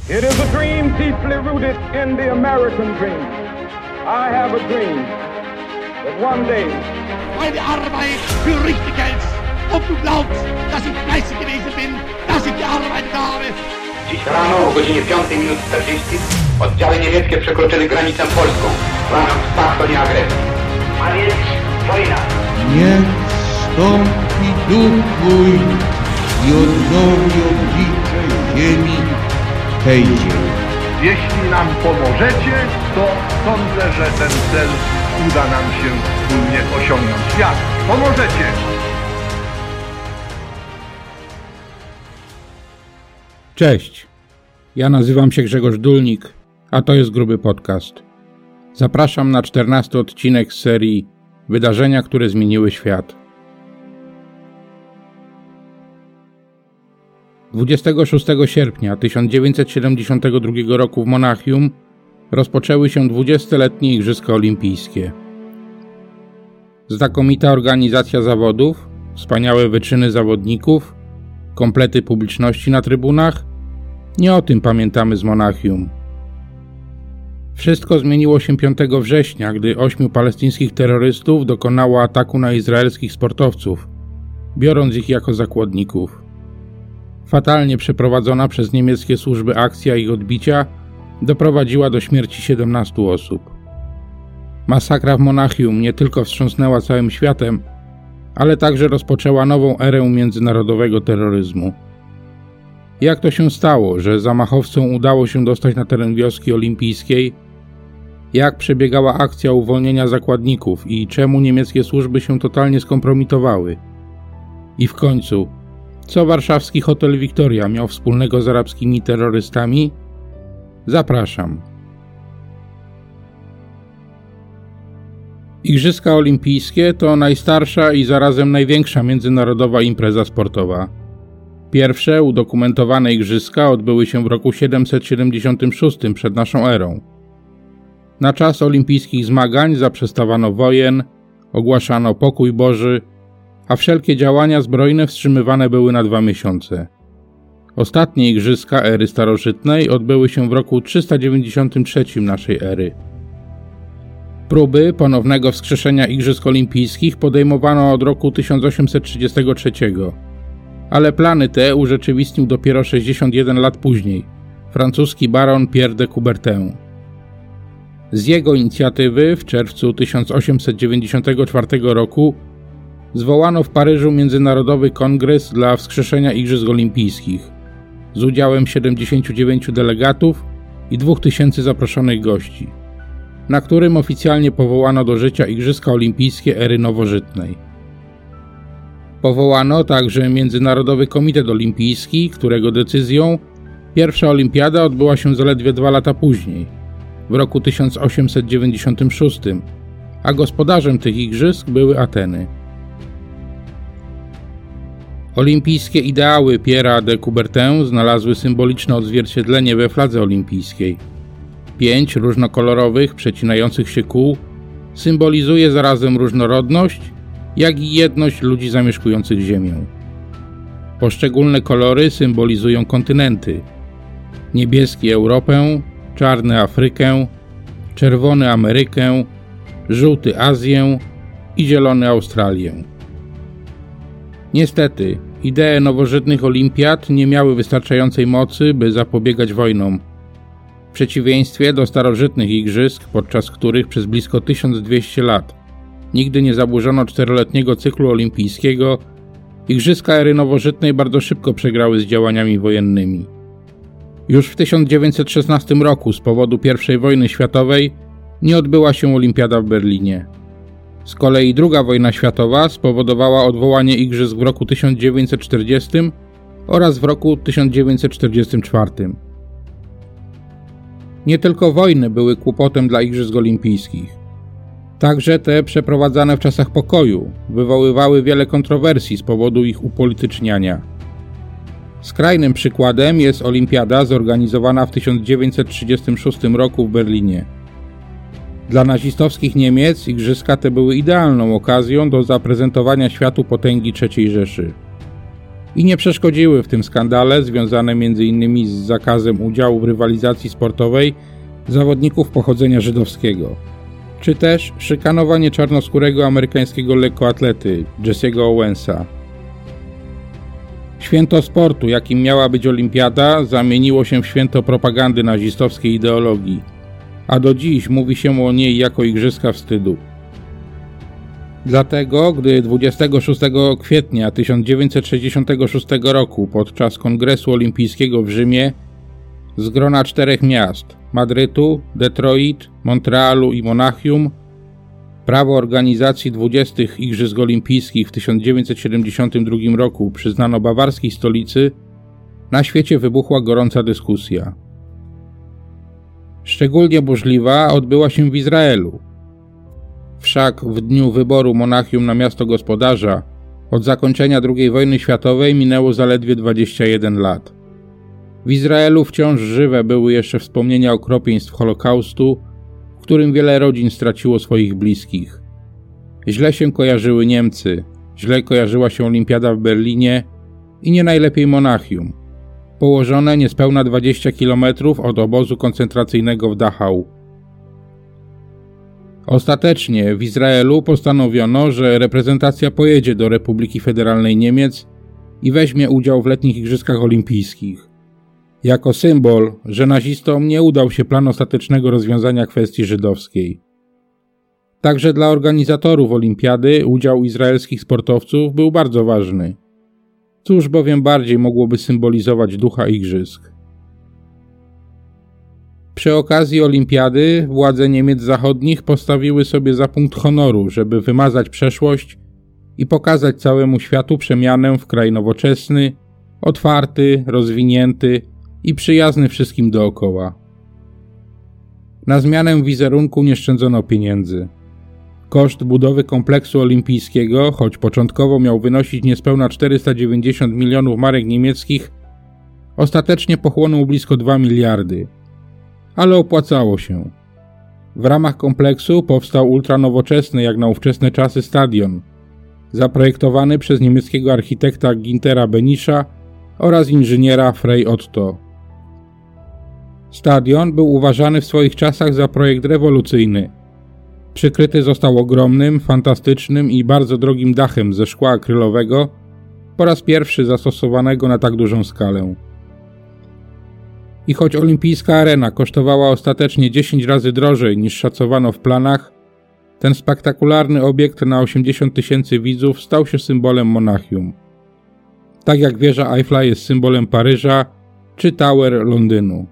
It is a dream deeply rooted in the American dream. I have a dream that one day... Meine Arbeit für richtig hältst. Ob du glaubst, dass ich fleißig gewesen bin, dass ich gearbeitet habe. Dziś rano o godzinie 5:40 oddziały niemieckie przekroczyły granicę polską. Łamiąc pakt o nieagresji. A więc wojna. Niech wstąpi duch twój i odnowi oblicze ziemi tej ziemi. Jeśli nam pomożecie, to sądzę, że ten cel uda nam się wspólnie osiągnąć. Jak pomożecie? Cześć, ja nazywam się Grzegorz Dulnik, a to jest Gruby Podcast. Zapraszam na 14 odcinek z serii Wydarzenia, które zmieniły świat. 26 sierpnia 1972 roku w Monachium rozpoczęły się 20-letnie Igrzyska Olimpijskie. Znakomita organizacja zawodów, wspaniałe wyczyny zawodników, komplety publiczności na trybunach. Nie o tym pamiętamy z Monachium. Wszystko zmieniło się 5 września, gdy 8 palestyńskich terrorystów dokonało ataku na izraelskich sportowców, biorąc ich jako zakładników. Fatalnie przeprowadzona przez niemieckie służby akcja ich odbicia doprowadziła do śmierci 17 osób. Masakra w Monachium nie tylko wstrząsnęła całym światem, ale także rozpoczęła nową erę międzynarodowego terroryzmu. Jak to się stało, że zamachowcom udało się dostać na teren wioski olimpijskiej? Jak przebiegała akcja uwolnienia zakładników i czemu niemieckie służby się totalnie skompromitowały? I w końcu, co warszawski hotel Victoria miał wspólnego z arabskimi terrorystami? Zapraszam. Igrzyska Olimpijskie to najstarsza i zarazem największa międzynarodowa impreza sportowa. Pierwsze udokumentowane igrzyska odbyły się w roku 776 przed naszą erą. Na czas olimpijskich zmagań zaprzestawano wojen, ogłaszano pokój Boży, a wszelkie działania zbrojne wstrzymywane były na 2 miesiące. Ostatnie igrzyska ery starożytnej odbyły się w roku 393 naszej ery. Próby ponownego wskrzeszenia Igrzysk Olimpijskich podejmowano od roku 1833, ale plany te urzeczywistnił dopiero 61 lat później francuski baron Pierre de Coubertin. Z jego inicjatywy w czerwcu 1894 roku zwołano w Paryżu Międzynarodowy Kongres dla wskrzeszenia Igrzysk Olimpijskich z udziałem 79 delegatów i 2000 zaproszonych gości, na którym oficjalnie powołano do życia Igrzyska Olimpijskie ery nowożytnej. Powołano także Międzynarodowy Komitet Olimpijski, którego decyzją pierwsza olimpiada odbyła się zaledwie 2 lata później, w roku 1896, a gospodarzem tych igrzysk były Ateny. Olimpijskie ideały Pierre'a de Coubertin znalazły symboliczne odzwierciedlenie we fladze olimpijskiej. 5 różnokolorowych, przecinających się kół symbolizuje zarazem różnorodność, jak i jedność ludzi zamieszkujących Ziemię. Poszczególne kolory symbolizują kontynenty: niebieski Europę, czarny Afrykę, czerwony Amerykę, żółty Azję i zielony Australię. Niestety, idee nowożytnych olimpiad nie miały wystarczającej mocy, by zapobiegać wojnom. W przeciwieństwie do starożytnych igrzysk, podczas których przez blisko 1200 lat nigdy nie zaburzono 4-letniego cyklu olimpijskiego, igrzyska ery nowożytnej bardzo szybko przegrały z działaniami wojennymi. Już w 1916 roku z powodu I wojny światowej nie odbyła się olimpiada w Berlinie. Z kolei II wojna światowa spowodowała odwołanie igrzysk w roku 1940 oraz w roku 1944. Nie tylko wojny były kłopotem dla Igrzysk Olimpijskich. Także te przeprowadzane w czasach pokoju wywoływały wiele kontrowersji z powodu ich upolityczniania. Skrajnym przykładem jest olimpiada zorganizowana w 1936 roku w Berlinie. Dla nazistowskich Niemiec igrzyska te były idealną okazją do zaprezentowania światu potęgi III Rzeszy. i nie przeszkodziły w tym skandale związane m.in. z zakazem udziału w rywalizacji sportowej zawodników pochodzenia żydowskiego, czy też szykanowanie czarnoskórego amerykańskiego lekkoatlety Jesse'ego Owensa. Święto sportu, jakim miała być olimpiada, zamieniło się w święto propagandy nazistowskiej ideologii, a do dziś mówi się o niej jako Igrzyska Wstydu. Dlatego, gdy 26 kwietnia 1966 roku podczas Kongresu Olimpijskiego w Rzymie z grona 4 miast – Madrytu, Detroit, Montrealu i Monachium – prawo organizacji 20. Igrzysk Olimpijskich w 1972 roku przyznano bawarskiej stolicy, na świecie wybuchła gorąca dyskusja. Szczególnie burzliwa odbyła się w Izraelu. Wszak w dniu wyboru Monachium na miasto gospodarza od zakończenia II wojny światowej minęło zaledwie 21 lat. W Izraelu wciąż żywe były jeszcze wspomnienia okropieństw Holokaustu, w którym wiele rodzin straciło swoich bliskich. Źle się kojarzyły Niemcy, źle kojarzyła się Olimpiada w Berlinie i nie najlepiej Monachium, położone niespełna 20 km od obozu koncentracyjnego w Dachau. Ostatecznie w Izraelu postanowiono, że reprezentacja pojedzie do Republiki Federalnej Niemiec i weźmie udział w letnich Igrzyskach Olimpijskich. Jako symbol, że nazistom nie udał się plan ostatecznego rozwiązania kwestii żydowskiej. Także dla organizatorów olimpiady udział izraelskich sportowców był bardzo ważny. Cóż bowiem bardziej mogłoby symbolizować ducha igrzysk? Przy okazji olimpiady władze Niemiec Zachodnich postawiły sobie za punkt honoru, żeby wymazać przeszłość i pokazać całemu światu przemianę w kraj nowoczesny, otwarty, rozwinięty i przyjazny wszystkim dookoła. Na zmianę wizerunku nie szczędzono pieniędzy. Koszt budowy kompleksu olimpijskiego, choć początkowo miał wynosić niespełna 490 milionów marek niemieckich, ostatecznie pochłonął blisko 2 miliardy. Ale opłacało się. W ramach kompleksu powstał ultranowoczesny jak na ówczesne czasy stadion, zaprojektowany przez niemieckiego architekta Güntera Benischa oraz inżyniera Frey Otto. Stadion był uważany w swoich czasach za projekt rewolucyjny. Przykryty został ogromnym, fantastycznym i bardzo drogim dachem ze szkła akrylowego, po raz pierwszy zastosowanego na tak dużą skalę. I choć olimpijska arena kosztowała ostatecznie 10 razy drożej niż szacowano w planach, ten spektakularny obiekt na 80 000 widzów stał się symbolem Monachium. Tak jak wieża Eiffla jest symbolem Paryża czy Tower Londynu.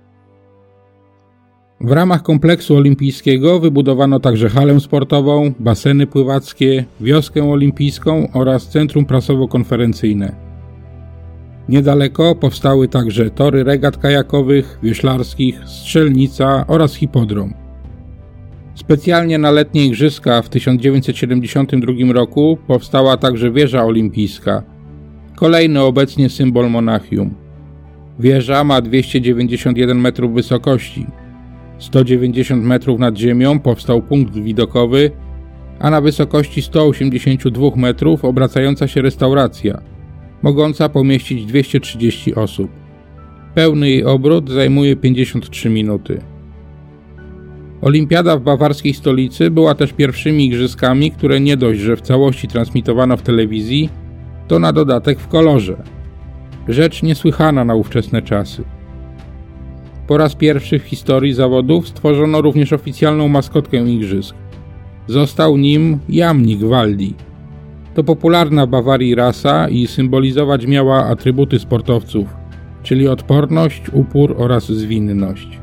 W ramach kompleksu olimpijskiego wybudowano także halę sportową, baseny pływackie, wioskę olimpijską oraz centrum prasowo-konferencyjne. Niedaleko powstały także tory regat kajakowych, wioślarskich, strzelnica oraz hipodrom. Specjalnie na letnie igrzyska w 1972 roku powstała także wieża olimpijska, kolejny obecnie symbol Monachium. Wieża ma 291 metrów wysokości. 190 metrów nad ziemią powstał punkt widokowy, a na wysokości 182 metrów obracająca się restauracja, mogąca pomieścić 230 osób. Pełny jej obrót zajmuje 53 minuty. Olimpiada w bawarskiej stolicy była też pierwszymi igrzyskami, które nie dość, że w całości transmitowano w telewizji, to na dodatek w kolorze. Rzecz niesłychana na ówczesne czasy. Po raz pierwszy w historii zawodów stworzono również oficjalną maskotkę igrzysk. Został nim jamnik Waldi. To popularna w Bawarii rasa i symbolizować miała atrybuty sportowców, czyli odporność, upór oraz zwinność.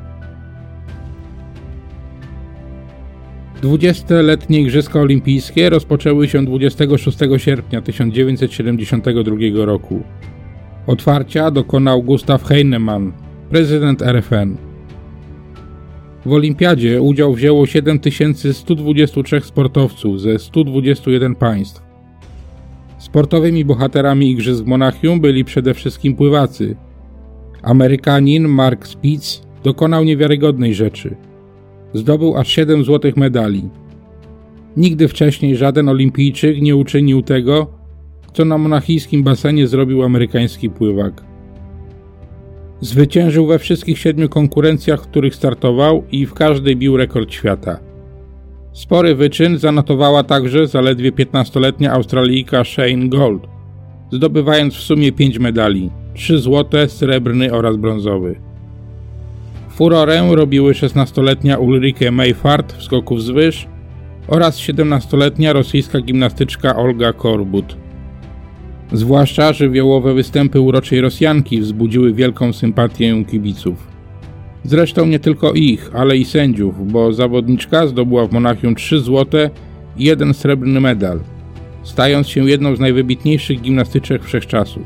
20-letnie Igrzyska Olimpijskie rozpoczęły się 26 sierpnia 1972 roku. Otwarcia dokonał Gustav Heinemann, prezydent RFN. W olimpiadzie udział wzięło 7123 sportowców ze 121 państw. Sportowymi bohaterami Igrzysk w Monachium byli przede wszystkim pływacy. Amerykanin Mark Spitz dokonał niewiarygodnej rzeczy. Zdobył aż 7 złotych medali. Nigdy wcześniej żaden olimpijczyk nie uczynił tego co na monachijskim basenie zrobił amerykański pływak. Zwyciężył we wszystkich 7 konkurencjach, w których startował i w każdej bił rekord świata. Spory wyczyn zanotowała także zaledwie 15-letnia Australijka Shane Gould, zdobywając w sumie 5 medali, 3 złote, srebrny oraz brązowy. Furorę robiły 16-letnia Ulrike Meifart w skoku wzwyż oraz 17-letnia rosyjska gimnastyczka Olga Korbut. Zwłaszcza żywiołowe występy uroczej Rosjanki wzbudziły wielką sympatię kibiców. Zresztą nie tylko ich, ale i sędziów, bo zawodniczka zdobyła w Monachium 3 złote i 1 srebrny medal, stając się jedną z najwybitniejszych gimnastyczek wszechczasów.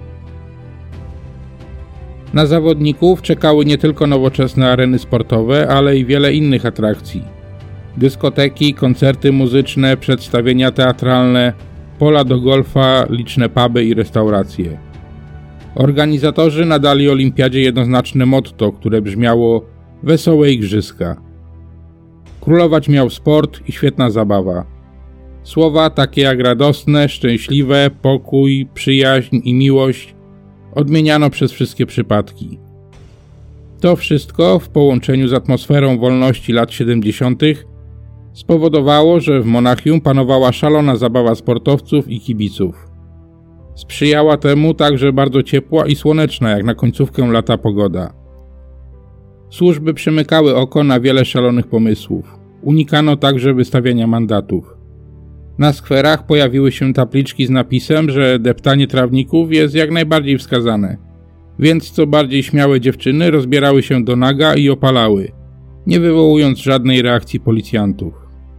Na zawodników czekały nie tylko nowoczesne areny sportowe, ale i wiele innych atrakcji. Dyskoteki, koncerty muzyczne, przedstawienia teatralne, pola do golfa, liczne puby i restauracje. Organizatorzy nadali olimpiadzie jednoznaczne motto, które brzmiało „Wesołe igrzyska”. Królować miał sport i świetna zabawa. Słowa takie jak radosne, szczęśliwe, pokój, przyjaźń i miłość odmieniano przez wszystkie przypadki. To wszystko w połączeniu z atmosferą wolności lat 70. spowodowało, że w Monachium panowała szalona zabawa sportowców i kibiców. Sprzyjała temu także bardzo ciepła i słoneczna jak na końcówkę lata pogoda. Służby przymykały oko na wiele szalonych pomysłów. Unikano także wystawiania mandatów. Na skwerach pojawiły się tabliczki z napisem, że deptanie trawników jest jak najbardziej wskazane, więc co bardziej śmiałe dziewczyny rozbierały się do naga i opalały, nie wywołując żadnej reakcji policjantów.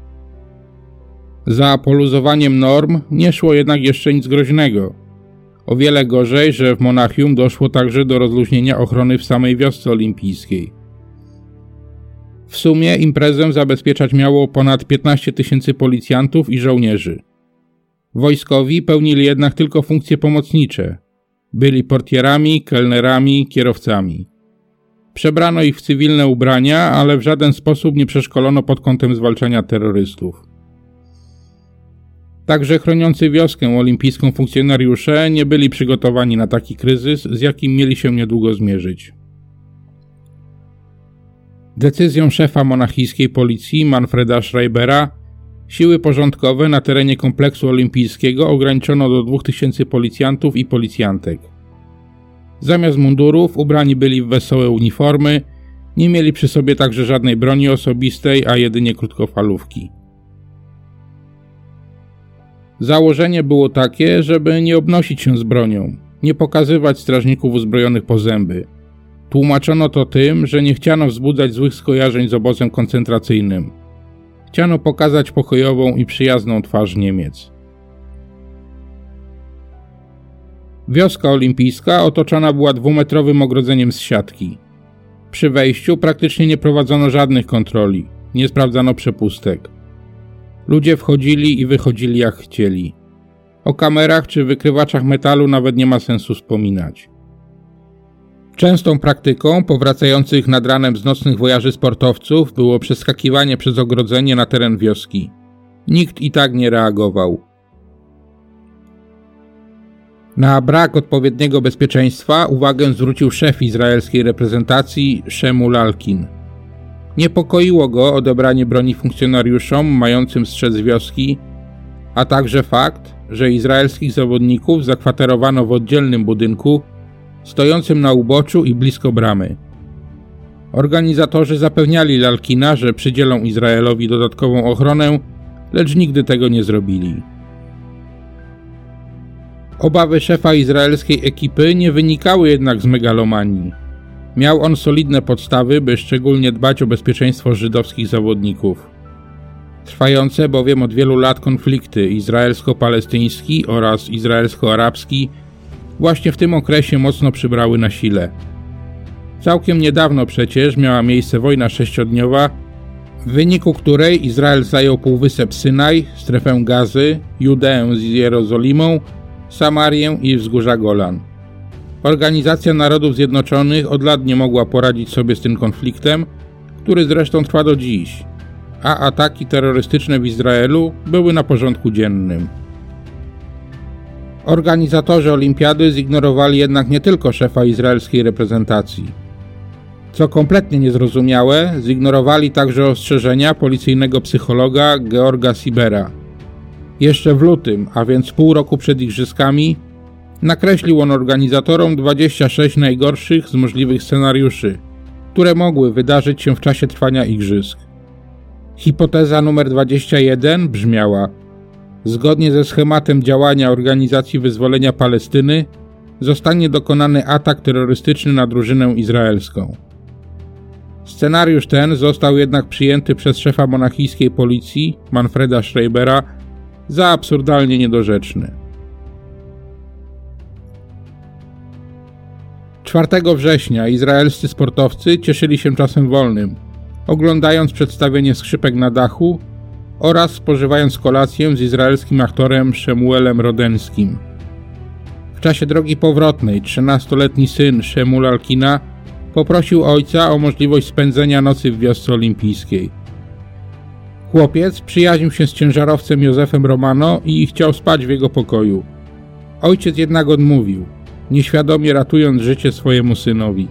Za poluzowaniem norm nie szło jednak jeszcze nic groźnego. O wiele gorzej, że w Monachium doszło także do rozluźnienia ochrony w samej wiosce olimpijskiej. W sumie imprezę zabezpieczać miało ponad 15 000 policjantów i żołnierzy. Wojskowi pełnili jednak tylko funkcje pomocnicze. Byli portierami, kelnerami, kierowcami. Przebrano ich w cywilne ubrania, ale w żaden sposób nie przeszkolono pod kątem zwalczania terrorystów. Także chroniący wioskę olimpijską funkcjonariusze nie byli przygotowani na taki kryzys, z jakim mieli się niedługo zmierzyć. Decyzją szefa monachijskiej policji Manfreda Schreibera siły porządkowe na terenie kompleksu olimpijskiego ograniczono do 2000 policjantów i policjantek. Zamiast mundurów ubrani byli w wesołe uniformy, nie mieli przy sobie także żadnej broni osobistej, a jedynie krótkofalówki. Założenie było takie, żeby nie obnosić się z bronią, nie pokazywać strażników uzbrojonych po zęby. Tłumaczono to tym, że nie chciano wzbudzać złych skojarzeń z obozem koncentracyjnym. Chciano pokazać pokojową i przyjazną twarz Niemiec. Wioska olimpijska otoczona była 2-metrowym ogrodzeniem z siatki. Przy wejściu praktycznie nie prowadzono żadnych kontroli, nie sprawdzano przepustek. Ludzie wchodzili i wychodzili jak chcieli. O kamerach czy wykrywaczach metalu nawet nie ma sensu wspominać. Częstą praktyką powracających nad ranem z nocnych wojaży sportowców było przeskakiwanie przez ogrodzenie na teren wioski. Nikt i tak nie reagował. Na brak odpowiedniego bezpieczeństwa uwagę zwrócił szef izraelskiej reprezentacji Shemu Lalkin. Niepokoiło go odebranie broni funkcjonariuszom mającym strzec wioski, a także fakt, że izraelskich zawodników zakwaterowano w oddzielnym budynku stojącym na uboczu i blisko bramy. Organizatorzy zapewniali Lalkina, że przydzielą Izraelowi dodatkową ochronę, lecz nigdy tego nie zrobili. Obawy szefa izraelskiej ekipy nie wynikały jednak z megalomanii. Miał on solidne podstawy, by szczególnie dbać o bezpieczeństwo żydowskich zawodników. Trwające bowiem od wielu lat konflikty izraelsko-palestyński oraz izraelsko-arabski właśnie w tym okresie mocno przybrały na sile. Całkiem niedawno przecież miała miejsce wojna 6-dniowa, w wyniku której Izrael zajął półwysep Synaj, strefę Gazy, Judeę z Jerozolimą, Samarię i wzgórza Golan. Organizacja Narodów Zjednoczonych od lat nie mogła poradzić sobie z tym konfliktem, który zresztą trwa do dziś, a ataki terrorystyczne w Izraelu były na porządku dziennym. Organizatorzy olimpiady zignorowali jednak nie tylko szefa izraelskiej reprezentacji. Co kompletnie niezrozumiałe, zignorowali także ostrzeżenia policyjnego psychologa Georga Sibera. Jeszcze w lutym, a więc pół roku przed igrzyskami, nakreślił on organizatorom 26 najgorszych z możliwych scenariuszy, które mogły wydarzyć się w czasie trwania igrzysk. Hipoteza numer 21 brzmiała: zgodnie ze schematem działania Organizacji Wyzwolenia Palestyny zostanie dokonany atak terrorystyczny na drużynę izraelską. Scenariusz ten został jednak przyjęty przez szefa monachijskiej policji, Manfreda Schreibera, za absurdalnie niedorzeczny. 4 września izraelscy sportowcy cieszyli się czasem wolnym, oglądając przedstawienie skrzypek na dachu oraz spożywając kolację z izraelskim aktorem Shemuelem Rodenskim. W czasie drogi powrotnej 13-letni syn Shemul Alkina poprosił ojca o możliwość spędzenia nocy w wiosce olimpijskiej. Chłopiec przyjaźnił się z ciężarowcem Józefem Romano i chciał spać w jego pokoju. Ojciec jednak odmówił, nieświadomie ratując życie swojemu synowi.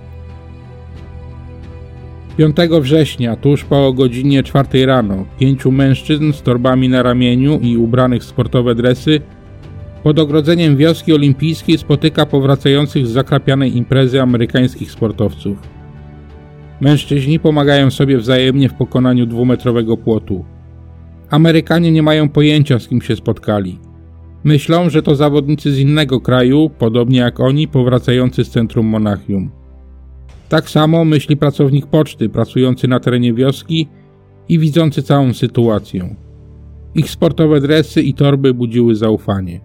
5 września, tuż po godzinie 4 rano, 5 mężczyzn z torbami na ramieniu i ubranych w sportowe dresy pod ogrodzeniem wioski olimpijskiej spotyka powracających z zakrapianej imprezy amerykańskich sportowców. Mężczyźni pomagają sobie wzajemnie w pokonaniu 2-metrowego płotu. Amerykanie nie mają pojęcia, z kim się spotkali. Myślą, że to zawodnicy z innego kraju, podobnie jak oni, powracający z centrum Monachium. Tak samo myśli pracownik poczty pracujący na terenie wioski i widzący całą sytuację. Ich sportowe dresy i torby budziły zaufanie.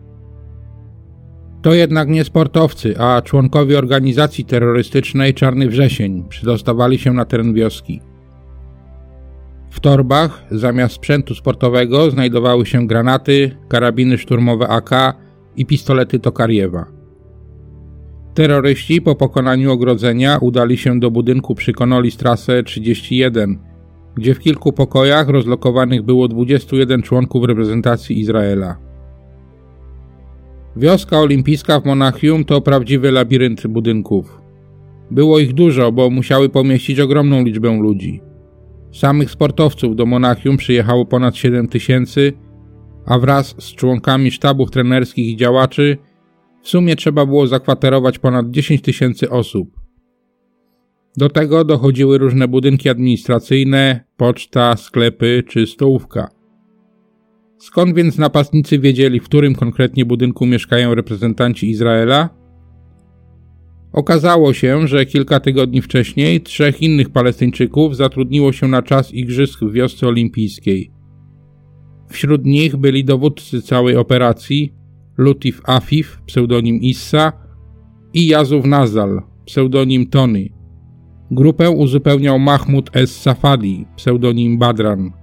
To jednak nie sportowcy, a członkowie organizacji terrorystycznej Czarny Wrzesień przydostawali się na teren wioski. W torbach zamiast sprzętu sportowego znajdowały się granaty, karabiny szturmowe AK i pistolety Tokariewa. Terroryści po pokonaniu ogrodzenia udali się do budynku przy Konoli-Strasse 31, gdzie w kilku pokojach rozlokowanych było 21 członków reprezentacji Izraela. Wioska olimpijska w Monachium to prawdziwy labirynt budynków. Było ich dużo, bo musiały pomieścić ogromną liczbę ludzi. Samych sportowców do Monachium przyjechało ponad 7 000, a wraz z członkami sztabów trenerskich i działaczy w sumie trzeba było zakwaterować ponad 10 000 osób. Do tego dochodziły różne budynki administracyjne, poczta, sklepy czy stołówka. Skąd więc napastnicy wiedzieli, w którym konkretnie budynku mieszkają reprezentanci Izraela? Okazało się, że kilka tygodni wcześniej 3 innych Palestyńczyków zatrudniło się na czas igrzysk w wiosce olimpijskiej. Wśród nich byli dowódcy całej operacji, Lutif Afif, pseudonim Issa, i Yazuf Nazal, pseudonim Tony. Grupę uzupełniał Mahmud Es-Safadi, pseudonim Badran.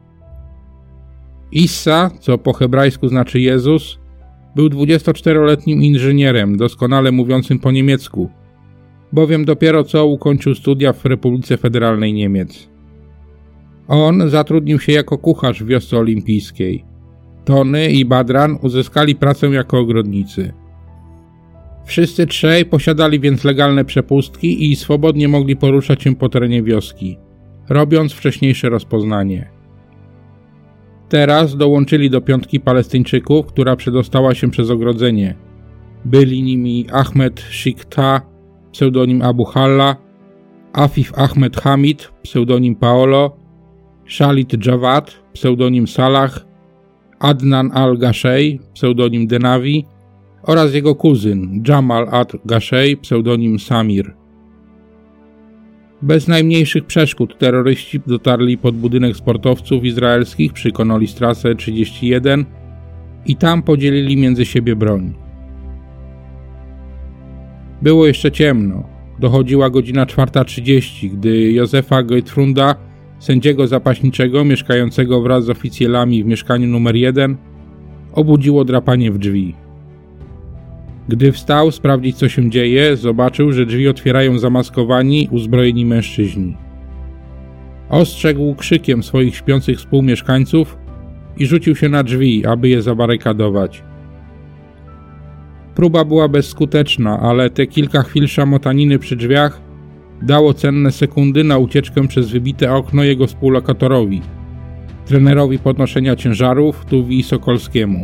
Issa, co po hebrajsku znaczy Jezus, był 24-letnim inżynierem, doskonale mówiącym po niemiecku, bowiem dopiero co ukończył studia w Republice Federalnej Niemiec. On zatrudnił się jako kucharz w wiosce olimpijskiej. Tony i Badran uzyskali pracę jako ogrodnicy. Wszyscy 3 posiadali więc legalne przepustki i swobodnie mogli poruszać się po terenie wioski, robiąc wcześniejsze rozpoznanie. Teraz dołączyli do 5 Palestyńczyków, która przedostała się przez ogrodzenie. Byli nimi Ahmed Shikta, pseudonim Abu Halla, Afif Ahmed Hamid, pseudonim Paolo, Shalit Jawad, pseudonim Salah, Adnan al-Gashey, pseudonim Denavi oraz jego kuzyn Jamal al-Gashey, pseudonim Samir. Bez najmniejszych przeszkód terroryści dotarli pod budynek sportowców izraelskich przy Konoli-Strasse 31 i tam podzielili między siebie broń. Było jeszcze ciemno. Dochodziła godzina 4:30, gdy Józefa Gottfrunda, sędziego zapaśniczego mieszkającego wraz z oficjalami w mieszkaniu numer 1, obudziło drapanie w drzwi. Gdy wstał sprawdzić, co się dzieje, zobaczył, że drzwi otwierają zamaskowani, uzbrojeni mężczyźni. Ostrzegł krzykiem swoich śpiących współmieszkańców i rzucił się na drzwi, aby je zabarykadować. Próba była bezskuteczna, ale te kilka chwil szamotaniny przy drzwiach dało cenne sekundy na ucieczkę przez wybite okno jego współlokatorowi, trenerowi podnoszenia ciężarów Tuwi Sokolskiemu.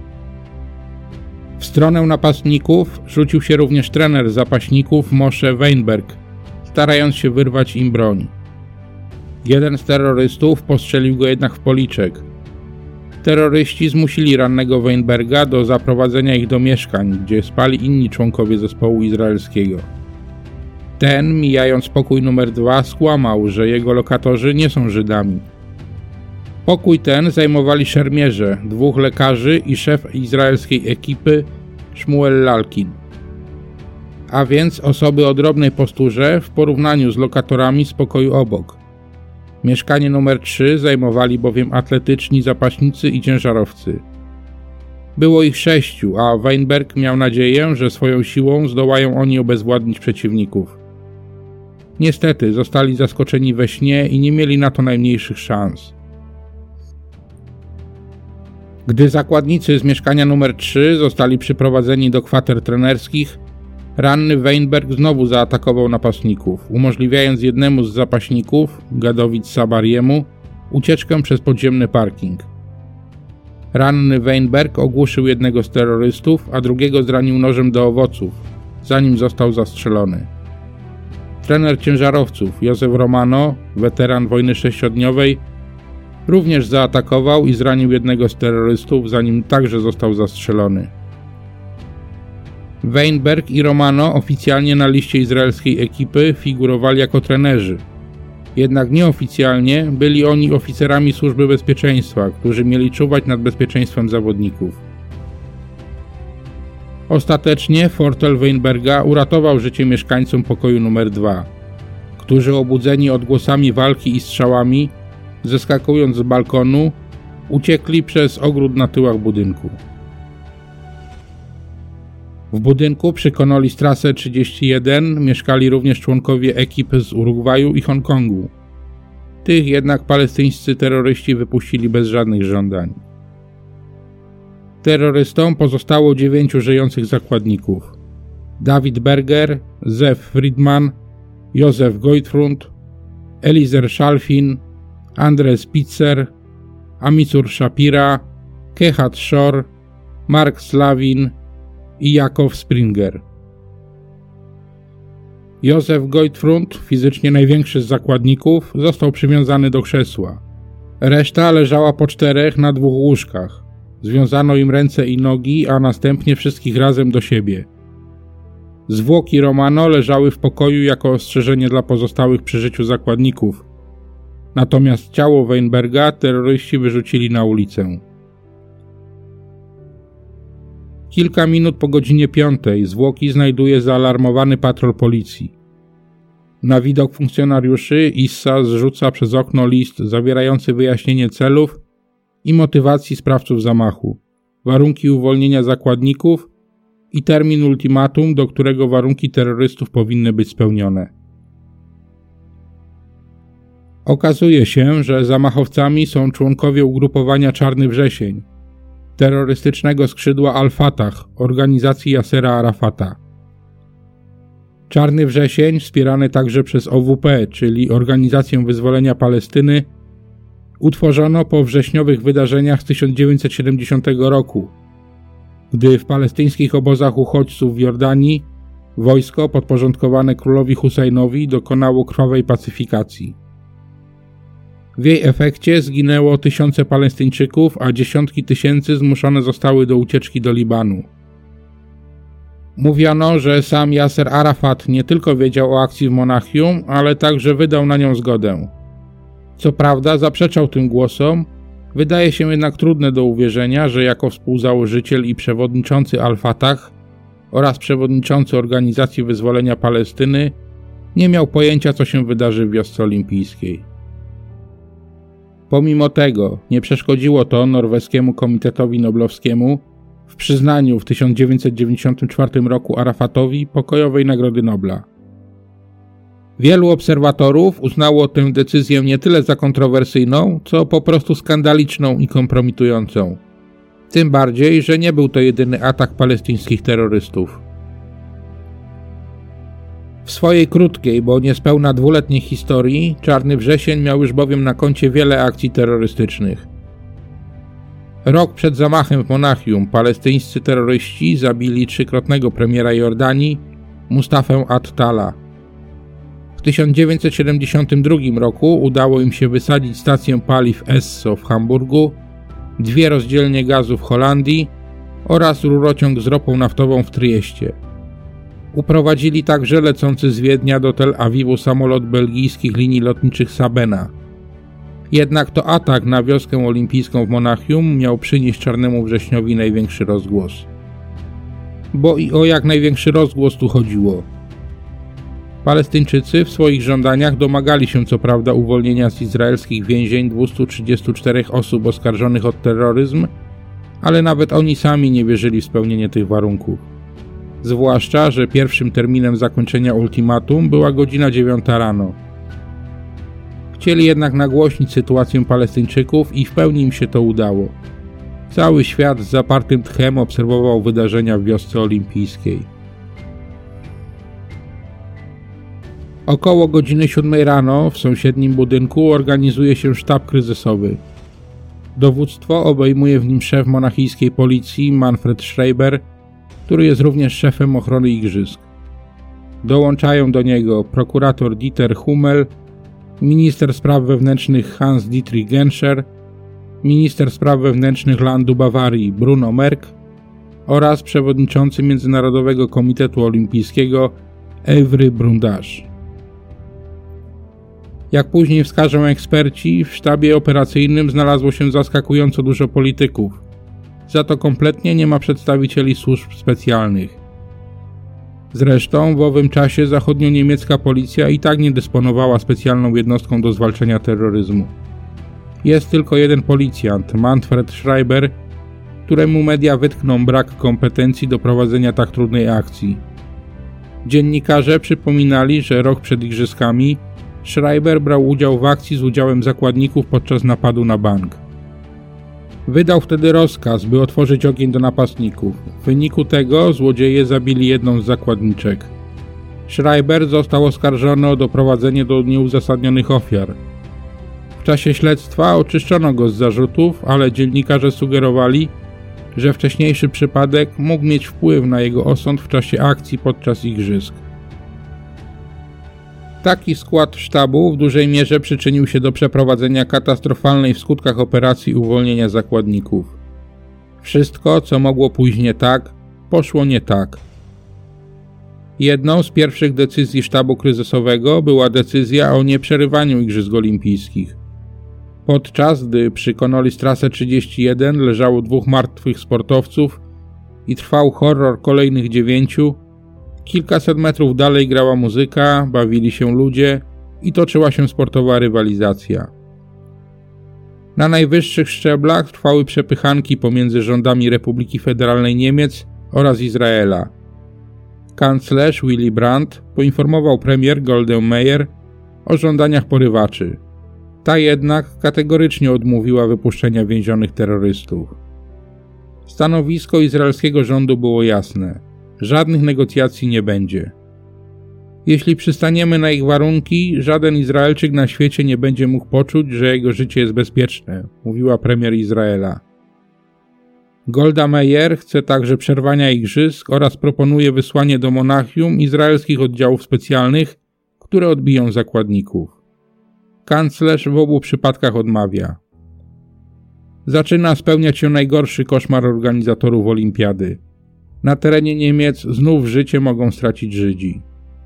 W stronę napastników rzucił się również trener zapaśników Moshe Weinberg, starając się wyrwać im broń. Jeden z terrorystów postrzelił go jednak w policzek. Terroryści zmusili rannego Weinberga do zaprowadzenia ich do mieszkań, gdzie spali inni członkowie zespołu izraelskiego. Ten, mijając pokój numer 2, skłamał, że jego lokatorzy nie są Żydami. Pokój ten zajmowali szermierze, 2 lekarzy i szef izraelskiej ekipy Shmuel Lalkin. A więc osoby o drobnej posturze w porównaniu z lokatorami z pokoju obok. Mieszkanie numer 3 zajmowali bowiem atletyczni zapaśnicy i ciężarowcy. Było ich 6, a Weinberg miał nadzieję, że swoją siłą zdołają oni obezwładnić przeciwników. Niestety zostali zaskoczeni we śnie i nie mieli na to najmniejszych szans. Gdy zakładnicy z mieszkania numer 3 zostali przyprowadzeni do kwater trenerskich, ranny Weinberg znowu zaatakował napastników, umożliwiając jednemu z zapaśników, Gadowi Sabariemu, ucieczkę przez podziemny parking. Ranny Weinberg ogłuszył jednego z terrorystów, a drugiego zranił nożem do owoców, zanim został zastrzelony. Trener ciężarowców Józef Romano, weteran wojny sześciodniowej, również zaatakował i zranił jednego z terrorystów, zanim także został zastrzelony. Weinberg i Romano oficjalnie na liście izraelskiej ekipy figurowali jako trenerzy. Jednak nieoficjalnie byli oni oficerami służby bezpieczeństwa, którzy mieli czuwać nad bezpieczeństwem zawodników. Ostatecznie fortel Weinberga uratował życie mieszkańcom pokoju numer 2, którzy obudzeni odgłosami walki i strzałami, zeskakując z balkonu, uciekli przez ogród na tyłach budynku. W budynku przy Connolly-Strasse 31 mieszkali również członkowie ekip z Urugwaju i Hongkongu. Tych jednak palestyńscy terroryści wypuścili bez żadnych żądań. Terrorystom pozostało 9 żyjących zakładników: David Berger, Zev Friedman, Józef Goitfrund, Eliezer Shalfin, Andres Spitzer, Amitzur Shapira, Kehat Shor, Mark Slavin i Jakob Springer. Józef Goitfrund, fizycznie największy z zakładników, został przywiązany do krzesła. Reszta leżała po 4 na 2 łóżkach. Związano im ręce i nogi, a następnie wszystkich razem do siebie. Zwłoki Romano leżały w pokoju jako ostrzeżenie dla pozostałych przy życiu zakładników. Natomiast ciało Weinberga terroryści wyrzucili na ulicę. Kilka minut po godzinie 5 zwłoki znajduje zaalarmowany patrol policji. Na widok funkcjonariuszy Issa zrzuca przez okno list zawierający wyjaśnienie celów i motywacji sprawców zamachu, warunki uwolnienia zakładników i termin ultimatum, do którego warunki terrorystów powinny być spełnione. Okazuje się, że zamachowcami są członkowie ugrupowania Czarny Wrzesień, terrorystycznego skrzydła Al-Fatah, organizacji Yasera Arafata. Czarny Wrzesień, wspierany także przez OWP, czyli Organizację Wyzwolenia Palestyny, utworzono po wrześniowych wydarzeniach z 1970 roku, gdy w palestyńskich obozach uchodźców w Jordanii wojsko podporządkowane królowi Husajnowi dokonało krwawej pacyfikacji. W jej efekcie zginęło tysiące Palestyńczyków, a dziesiątki tysięcy zmuszone zostały do ucieczki do Libanu. Mówiono, że sam Yasser Arafat nie tylko wiedział o akcji w Monachium, ale także wydał na nią zgodę. Co prawda zaprzeczał tym głosom, wydaje się jednak trudne do uwierzenia, że jako współzałożyciel i przewodniczący Al-Fatah oraz przewodniczący Organizacji Wyzwolenia Palestyny nie miał pojęcia, co się wydarzy w wiosce olimpijskiej. Pomimo tego nie przeszkodziło to norweskiemu Komitetowi Noblowskiemu w przyznaniu w 1994 roku Arafatowi pokojowej Nagrody Nobla. Wielu obserwatorów uznało tę decyzję nie tyle za kontrowersyjną, co po prostu skandaliczną i kompromitującą. Tym bardziej, że nie był to jedyny atak palestyńskich terrorystów. W swojej krótkiej, bo niespełna dwuletniej historii, Czarny Wrzesień miał już bowiem na koncie wiele akcji terrorystycznych. Rok przed zamachem w Monachium palestyńscy terroryści zabili trzykrotnego premiera Jordanii Mustafę At-Tala. W 1972 roku udało im się wysadzić stację paliw Esso w Hamburgu, 2 rozdzielnie gazu w Holandii oraz rurociąg z ropą naftową w Trieste. Uprowadzili także lecący z Wiednia do Tel Awiwu samolot belgijskich linii lotniczych Sabena. Jednak to atak na wioskę olimpijską w Monachium miał przynieść Czarnemu Wrześniowi największy rozgłos. Bo i o jak największy rozgłos tu chodziło. Palestyńczycy w swoich żądaniach domagali się co prawda uwolnienia z izraelskich więzień 234 osób oskarżonych o terroryzm, ale nawet oni sami nie wierzyli w spełnienie tych warunków. Zwłaszcza, że pierwszym terminem zakończenia ultimatum była godzina 9 rano. Chcieli jednak nagłośnić sytuację Palestyńczyków i w pełni im się to udało. Cały świat z zapartym tchem obserwował wydarzenia w wiosce olimpijskiej. Około godziny 7 rano w sąsiednim budynku organizuje się sztab kryzysowy. Dowództwo obejmuje w nim szef monachijskiej policji Manfred Schreiber, który jest również szefem ochrony igrzysk. Dołączają do niego prokurator Dieter Hummel, minister spraw wewnętrznych Hans-Dietrich Genscher, minister spraw wewnętrznych Landu Bawarii Bruno Merk oraz przewodniczący Międzynarodowego Komitetu Olimpijskiego Avery Brundage. Jak później wskażą eksperci, w sztabie operacyjnym znalazło się zaskakująco dużo polityków. Za to kompletnie nie ma przedstawicieli służb specjalnych. Zresztą w owym czasie zachodnio-niemiecka policja i tak nie dysponowała specjalną jednostką do zwalczania terroryzmu. Jest tylko jeden policjant, Manfred Schreiber, któremu media wytkną brak kompetencji do prowadzenia tak trudnej akcji. Dziennikarze przypominali, że rok przed igrzyskami Schreiber brał udział w akcji z udziałem zakładników podczas napadu na bank. Wydał wtedy rozkaz, by otworzyć ogień do napastników. W wyniku tego złodzieje zabili jedną z zakładniczek. Schreiber został oskarżony o doprowadzenie do nieuzasadnionych ofiar. W czasie śledztwa oczyszczono go z zarzutów, ale dziennikarze sugerowali, że wcześniejszy przypadek mógł mieć wpływ na jego osąd w czasie akcji podczas igrzysk. Taki skład sztabu w dużej mierze przyczynił się do przeprowadzenia katastrofalnej w skutkach operacji uwolnienia zakładników. Wszystko, co mogło pójść nie tak, poszło nie tak. Jedną z pierwszych decyzji sztabu kryzysowego była decyzja o nieprzerywaniu igrzysk olimpijskich. Podczas gdy przy Konolistrasse 31 leżało 2 martwych sportowców i trwał horror kolejnych 9, kilkaset metrów dalej grała muzyka, bawili się ludzie i toczyła się sportowa rywalizacja. Na najwyższych szczeblach trwały przepychanki pomiędzy rządami Republiki Federalnej Niemiec oraz Izraela. Kanclerz Willy Brandt poinformował premier Goldę Meir o żądaniach porywaczy. Ta jednak kategorycznie odmówiła wypuszczenia więzionych terrorystów. Stanowisko izraelskiego rządu było jasne. Żadnych negocjacji nie będzie. Jeśli przystaniemy na ich warunki, żaden Izraelczyk na świecie nie będzie mógł poczuć, że jego życie jest bezpieczne, mówiła premier Izraela. Golda Meir chce także przerwania igrzysk oraz proponuje wysłanie do Monachium izraelskich oddziałów specjalnych, które odbiją zakładników. Kanclerz w obu przypadkach odmawia. Zaczyna spełniać się najgorszy koszmar organizatorów olimpiady. Na terenie Niemiec znów życie mogą stracić Żydzi.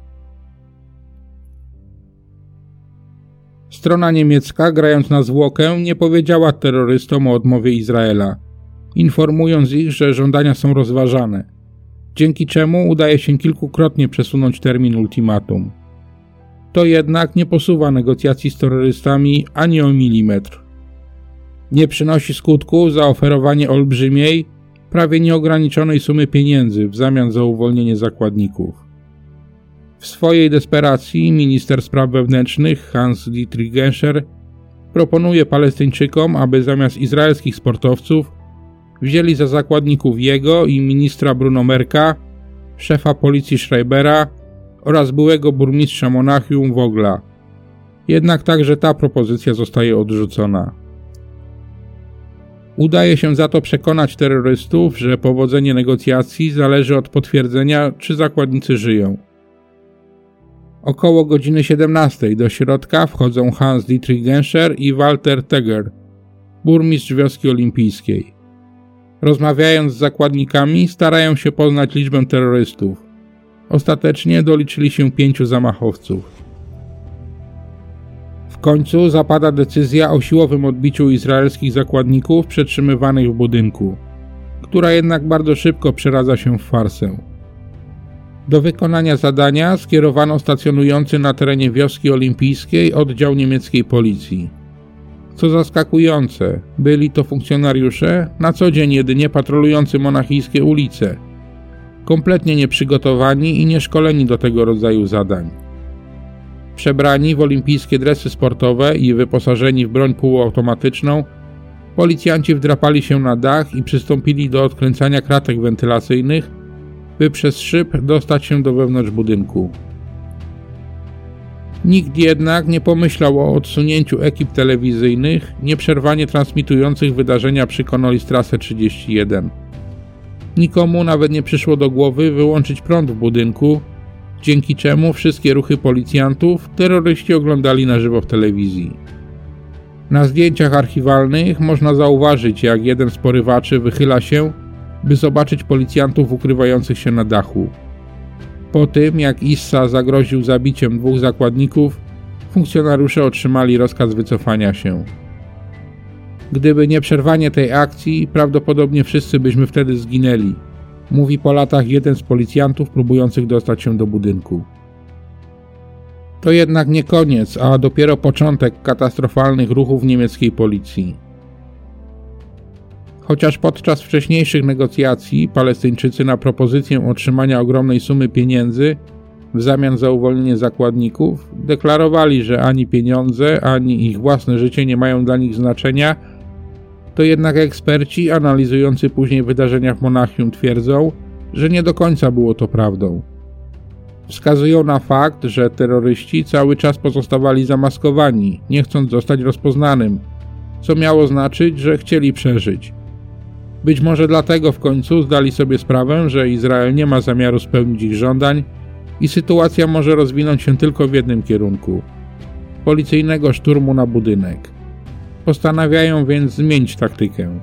Strona niemiecka, grając na zwłokę, nie powiedziała terrorystom o odmowie Izraela, informując ich, że żądania są rozważane, dzięki czemu udaje się kilkukrotnie przesunąć termin ultimatum. To jednak nie posuwa negocjacji z terrorystami ani o milimetr. Nie przynosi skutku zaoferowanie olbrzymiej, prawie nieograniczonej sumy pieniędzy w zamian za uwolnienie zakładników. W swojej desperacji minister spraw wewnętrznych Hans-Dietrich Genscher proponuje Palestyńczykom, aby zamiast izraelskich sportowców wzięli za zakładników jego i ministra Bruno Merka, szefa policji Schreibera oraz byłego burmistrza Monachium Vogla. Jednak także ta propozycja zostaje odrzucona. Udaje się za to przekonać terrorystów, że powodzenie negocjacji zależy od potwierdzenia, czy zakładnicy żyją. Około godziny 17 do środka wchodzą Hans-Dietrich Genscher i Walter Teger, burmistrz wioski olimpijskiej. Rozmawiając z zakładnikami, starają się poznać liczbę terrorystów. Ostatecznie doliczyli się 5 zamachowców. W końcu zapada decyzja o siłowym odbiciu izraelskich zakładników przetrzymywanych w budynku, która jednak bardzo szybko przeradza się w farsę. Do wykonania zadania skierowano stacjonujący na terenie wioski olimpijskiej oddział niemieckiej policji. Co zaskakujące, byli to funkcjonariusze na co dzień jedynie patrolujący monachijskie ulice, kompletnie nieprzygotowani i nieszkoleni do tego rodzaju zadań. Przebrani w olimpijskie dresy sportowe i wyposażeni w broń półautomatyczną, policjanci wdrapali się na dach i przystąpili do odkręcania kratek wentylacyjnych, by przez szyb dostać się do wewnątrz budynku. Nikt jednak nie pomyślał o odsunięciu ekip telewizyjnych nieprzerwanie transmitujących wydarzenia przy Konolistrasse 31. Nikomu nawet nie przyszło do głowy wyłączyć prąd w budynku, dzięki czemu wszystkie ruchy policjantów terroryści oglądali na żywo w telewizji. Na zdjęciach archiwalnych można zauważyć, jak jeden z porywaczy wychyla się, by zobaczyć policjantów ukrywających się na dachu. Po tym, jak Issa zagroził zabiciem 2 zakładników, funkcjonariusze otrzymali rozkaz wycofania się. Gdyby nie przerwanie tej akcji, prawdopodobnie wszyscy byśmy wtedy zginęli, mówi po latach jeden z policjantów próbujących dostać się do budynku. To jednak nie koniec, a dopiero początek katastrofalnych ruchów niemieckiej policji. Chociaż podczas wcześniejszych negocjacji Palestyńczycy na propozycję otrzymania ogromnej sumy pieniędzy w zamian za uwolnienie zakładników deklarowali, że ani pieniądze, ani ich własne życie nie mają dla nich znaczenia, to jednak eksperci analizujący później wydarzenia w Monachium twierdzą, że nie do końca było to prawdą. Wskazują na fakt, że terroryści cały czas pozostawali zamaskowani, nie chcąc zostać rozpoznanym, co miało znaczyć, że chcieli przeżyć. Być może dlatego w końcu zdali sobie sprawę, że Izrael nie ma zamiaru spełnić ich żądań i sytuacja może rozwinąć się tylko w jednym kierunku – policyjnego szturmu na budynek. Postanawiają więc zmienić taktykę.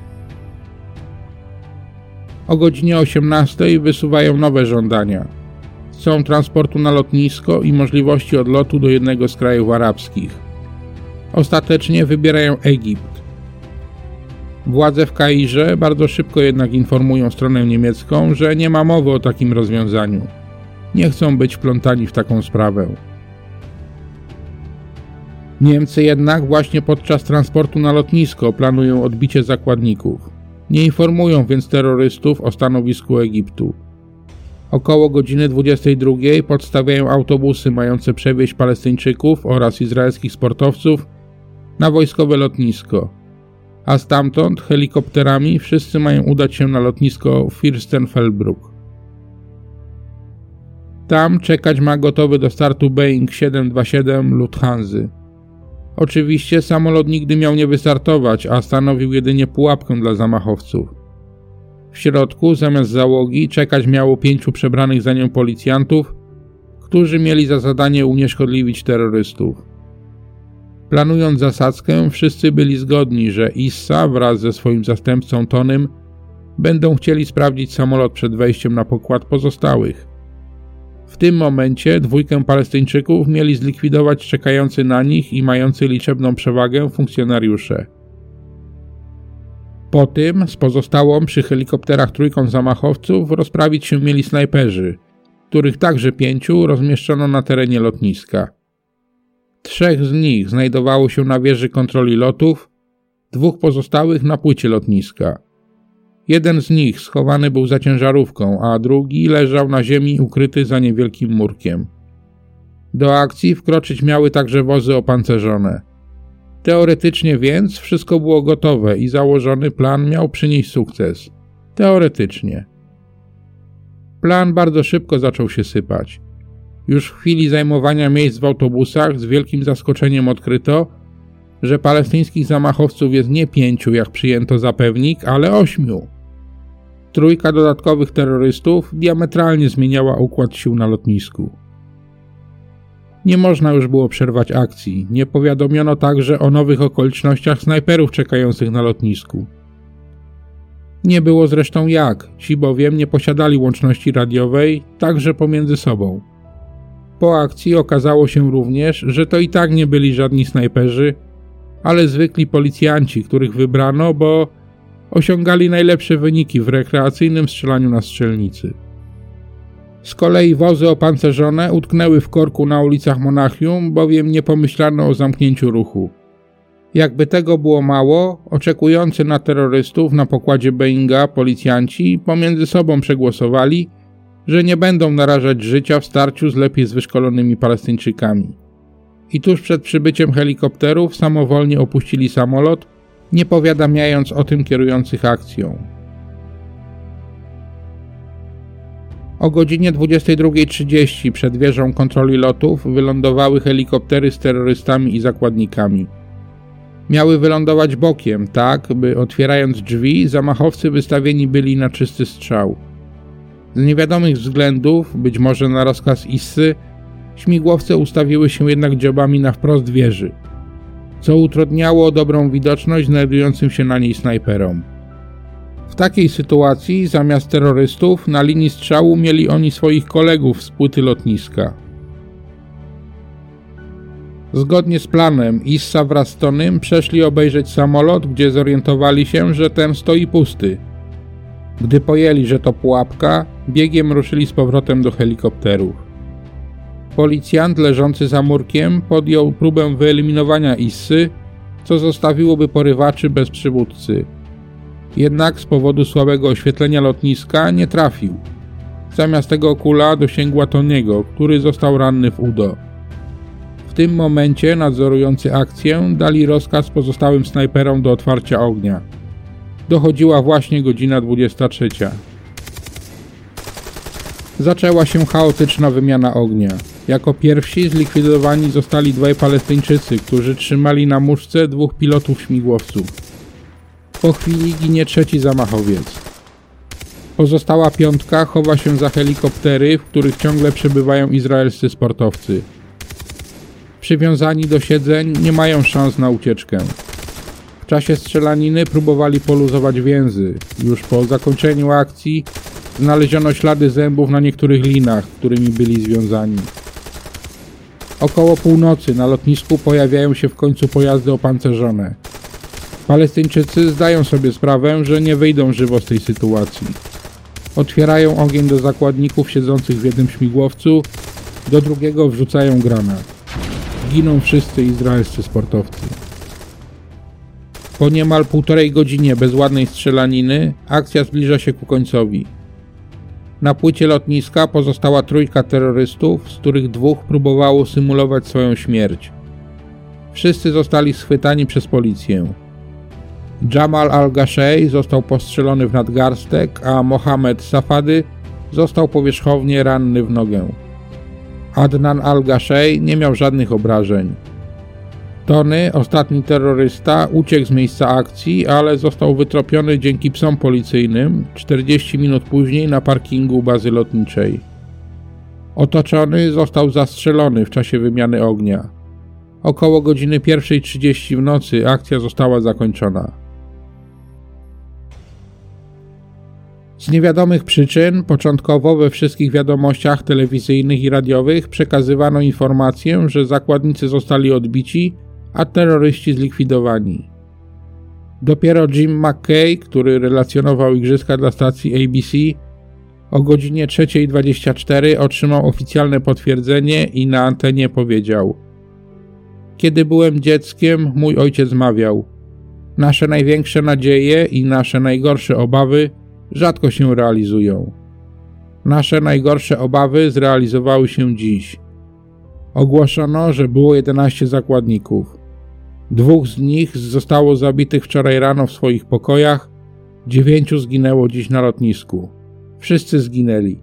O godzinie 18 wysuwają nowe żądania. Chcą transportu na lotnisko i możliwości odlotu do jednego z krajów arabskich. Ostatecznie wybierają Egipt. Władze w Kairze bardzo szybko jednak informują stronę niemiecką, że nie ma mowy o takim rozwiązaniu. Nie chcą być wplątani w taką sprawę. Niemcy jednak właśnie podczas transportu na lotnisko planują odbicie zakładników. Nie informują więc terrorystów o stanowisku Egiptu. Około godziny 22 podstawiają autobusy mające przewieźć Palestyńczyków oraz izraelskich sportowców na wojskowe lotnisko, a stamtąd helikopterami wszyscy mają udać się na lotnisko Fürstenfeldbruck. Tam czekać ma gotowy do startu Boeing 727 Lufthansa. Oczywiście samolot nigdy miał nie wystartować, a stanowił jedynie pułapkę dla zamachowców. W środku zamiast załogi czekać miało 5 przebranych za nią policjantów, którzy mieli za zadanie unieszkodliwić terrorystów. Planując zasadzkę, wszyscy byli zgodni, że Issa wraz ze swoim zastępcą Tonym będą chcieli sprawdzić samolot przed wejściem na pokład pozostałych. W tym momencie 2 Palestyńczyków mieli zlikwidować czekający na nich i mający liczebną przewagę funkcjonariusze. Po tym z pozostałą przy helikopterach 3 zamachowców rozprawić się mieli snajperzy, których także 5 rozmieszczono na terenie lotniska. 3 z nich znajdowało się na wieży kontroli lotów, 2 pozostałych na płycie lotniska. Jeden z nich schowany był za ciężarówką, a drugi leżał na ziemi ukryty za niewielkim murkiem. Do akcji wkroczyć miały także wozy opancerzone. Teoretycznie więc wszystko było gotowe i założony plan miał przynieść sukces. Teoretycznie. Plan bardzo szybko zaczął się sypać. Już w chwili zajmowania miejsc w autobusach z wielkim zaskoczeniem odkryto, że palestyńskich zamachowców jest nie 5, jak przyjęto za pewnik, ale 8. 3 dodatkowych terrorystów diametralnie zmieniała układ sił na lotnisku. Nie można już było przerwać akcji. Nie powiadomiono także o nowych okolicznościach snajperów czekających na lotnisku. Nie było zresztą jak, ci bowiem nie posiadali łączności radiowej, także pomiędzy sobą. Po akcji okazało się również, że to i tak nie byli żadni snajperzy, ale zwykli policjanci, których wybrano, bo osiągali najlepsze wyniki w rekreacyjnym strzelaniu na strzelnicy. Z kolei wozy opancerzone utknęły w korku na ulicach Monachium, bowiem nie pomyślano o zamknięciu ruchu. Jakby tego było mało, oczekujący na terrorystów na pokładzie Boeinga policjanci pomiędzy sobą przegłosowali, że nie będą narażać życia w starciu z lepiej wyszkolonymi Palestyńczykami. I tuż przed przybyciem helikopterów samowolnie opuścili samolot, nie powiadamiając o tym kierujących akcją. O godzinie 22:30 przed wieżą kontroli lotów wylądowały helikoptery z terrorystami i zakładnikami. Miały wylądować bokiem, tak by otwierając drzwi zamachowcy wystawieni byli na czysty strzał. Z niewiadomych względów, być może na rozkaz Issy, śmigłowce ustawiły się jednak dziobami na wprost wieży, co utrudniało dobrą widoczność znajdującym się na niej snajperom. W takiej sytuacji zamiast terrorystów na linii strzału mieli oni swoich kolegów z płyty lotniska. Zgodnie z planem Issa wraz z Tonym przeszli obejrzeć samolot, gdzie zorientowali się, że ten stoi pusty. Gdy pojęli, że to pułapka, biegiem ruszyli z powrotem do helikopterów. Policjant leżący za murkiem podjął próbę wyeliminowania Issy, co zostawiłoby porywaczy bez przywódcy. Jednak z powodu słabego oświetlenia lotniska nie trafił. Zamiast tego kula dosięgła Tony'ego, który został ranny w udo. W tym momencie nadzorujący akcję dali rozkaz pozostałym snajperom do otwarcia ognia. Dochodziła właśnie godzina 23. Zaczęła się chaotyczna wymiana ognia. Jako pierwsi zlikwidowani zostali 2 Palestyńczycy, którzy trzymali na muszce 2 pilotów śmigłowców. Po chwili ginie 3 zamachowiec. Pozostała 5 chowa się za helikoptery, w których ciągle przebywają izraelscy sportowcy. Przywiązani do siedzeń nie mają szans na ucieczkę. W czasie strzelaniny próbowali poluzować więzy. Już po zakończeniu akcji znaleziono ślady zębów na niektórych linach, którymi byli związani. Około północy na lotnisku pojawiają się w końcu pojazdy opancerzone. Palestyńczycy zdają sobie sprawę, że nie wyjdą żywo z tej sytuacji. Otwierają ogień do zakładników siedzących w jednym śmigłowcu, do drugiego wrzucają granat. Giną wszyscy izraelscy sportowcy. Po niemal 1,5 godzinie bezładnej strzelaniny akcja zbliża się ku końcowi. Na płycie lotniska pozostała 3 terrorystów, z których 2 próbowało symulować swoją śmierć. Wszyscy zostali schwytani przez policję. Jamal al-Gashey został postrzelony w nadgarstek, a Mohamed Safady został powierzchownie ranny w nogę. Adnan al-Gashey nie miał żadnych obrażeń. Tony, ostatni terrorysta, uciekł z miejsca akcji, ale został wytropiony dzięki psom policyjnym 40 minut później na parkingu bazy lotniczej. Otoczony został zastrzelony w czasie wymiany ognia. Około godziny 1:30 w nocy akcja została zakończona. Z niewiadomych przyczyn początkowo we wszystkich wiadomościach telewizyjnych i radiowych przekazywano informację, że zakładnicy zostali odbici, a terroryści zlikwidowani. Dopiero Jim McKay, który relacjonował igrzyska dla stacji ABC, o godzinie 3:24 otrzymał oficjalne potwierdzenie i na antenie powiedział: Kiedy byłem dzieckiem, mój ojciec mawiał: nasze największe nadzieje i nasze najgorsze obawy rzadko się realizują. Nasze najgorsze obawy zrealizowały się dziś. Ogłoszono, że było 11 zakładników. 2 z nich zostało zabitych wczoraj rano w swoich pokojach, 9 zginęło dziś na lotnisku. Wszyscy zginęli.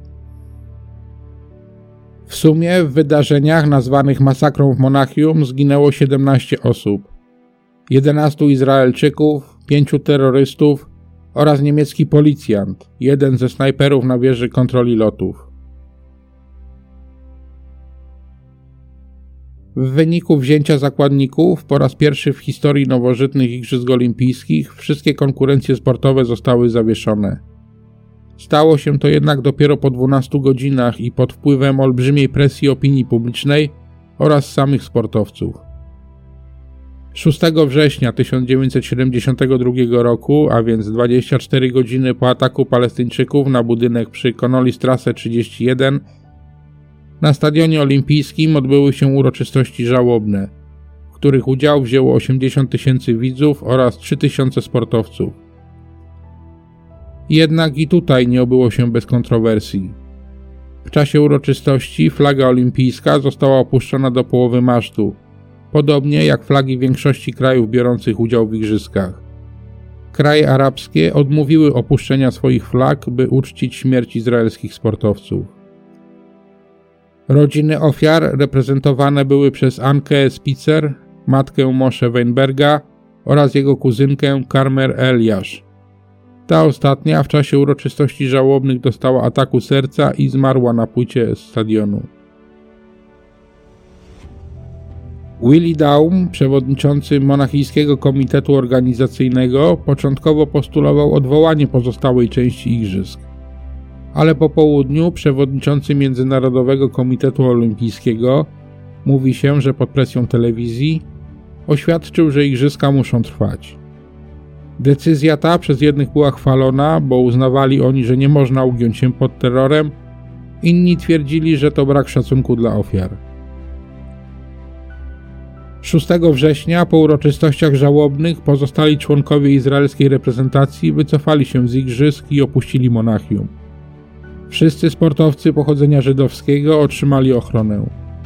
W sumie w wydarzeniach nazwanych masakrą w Monachium zginęło 17 osób. 11 Izraelczyków, 5 terrorystów oraz niemiecki policjant, 1 ze snajperów na wieży kontroli lotów. W wyniku wzięcia zakładników po raz pierwszy w historii nowożytnych Igrzysk Olimpijskich wszystkie konkurencje sportowe zostały zawieszone. Stało się to jednak dopiero po 12 godzinach i pod wpływem olbrzymiej presji opinii publicznej oraz samych sportowców. 6 września 1972 roku, a więc 24 godziny po ataku Palestyńczyków na budynek przy Connolly-Strasse 31, na stadionie olimpijskim odbyły się uroczystości żałobne, w których udział wzięło 80 000 widzów oraz 3000 sportowców. Jednak i tutaj nie obyło się bez kontrowersji. W czasie uroczystości flaga olimpijska została opuszczona do połowy masztu, podobnie jak flagi większości krajów biorących udział w igrzyskach. Kraje arabskie odmówiły opuszczenia swoich flag, by uczcić śmierć izraelskich sportowców. Rodziny ofiar reprezentowane były przez Ankę Spitzer, matkę Moshe Weinberga oraz jego kuzynkę Karmer Eliash. Ta ostatnia w czasie uroczystości żałobnych dostała ataku serca i zmarła na płycie stadionu. Willie Daum, przewodniczący Monachijskiego Komitetu Organizacyjnego, początkowo postulował odwołanie pozostałej części igrzysk. Ale po południu przewodniczący Międzynarodowego Komitetu Olimpijskiego, mówi się, że pod presją telewizji, oświadczył, że igrzyska muszą trwać. Decyzja ta przez jednych była chwalona, bo uznawali oni, że nie można ugiąć się pod terrorem, inni twierdzili, że to brak szacunku dla ofiar. 6 września po uroczystościach żałobnych pozostali członkowie izraelskiej reprezentacji wycofali się z igrzysk i opuścili Monachium. Wszyscy sportowcy pochodzenia żydowskiego otrzymali ochronę.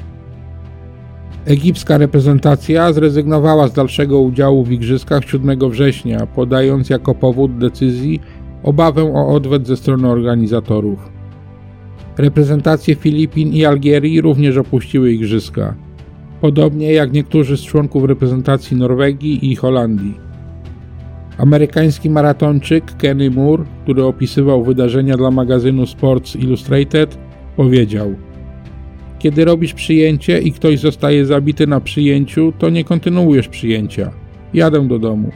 Egipska reprezentacja zrezygnowała z dalszego udziału w igrzyskach 7 września, podając jako powód decyzji obawę o odwet ze strony organizatorów. Reprezentacje Filipin i Algierii również opuściły igrzyska, podobnie jak niektórzy z członków reprezentacji Norwegii i Holandii. Amerykański maratończyk Kenny Moore, który opisywał wydarzenia dla magazynu Sports Illustrated, powiedział: kiedy robisz przyjęcie i ktoś zostaje zabity na przyjęciu, to nie kontynuujesz przyjęcia. Jadę do domu.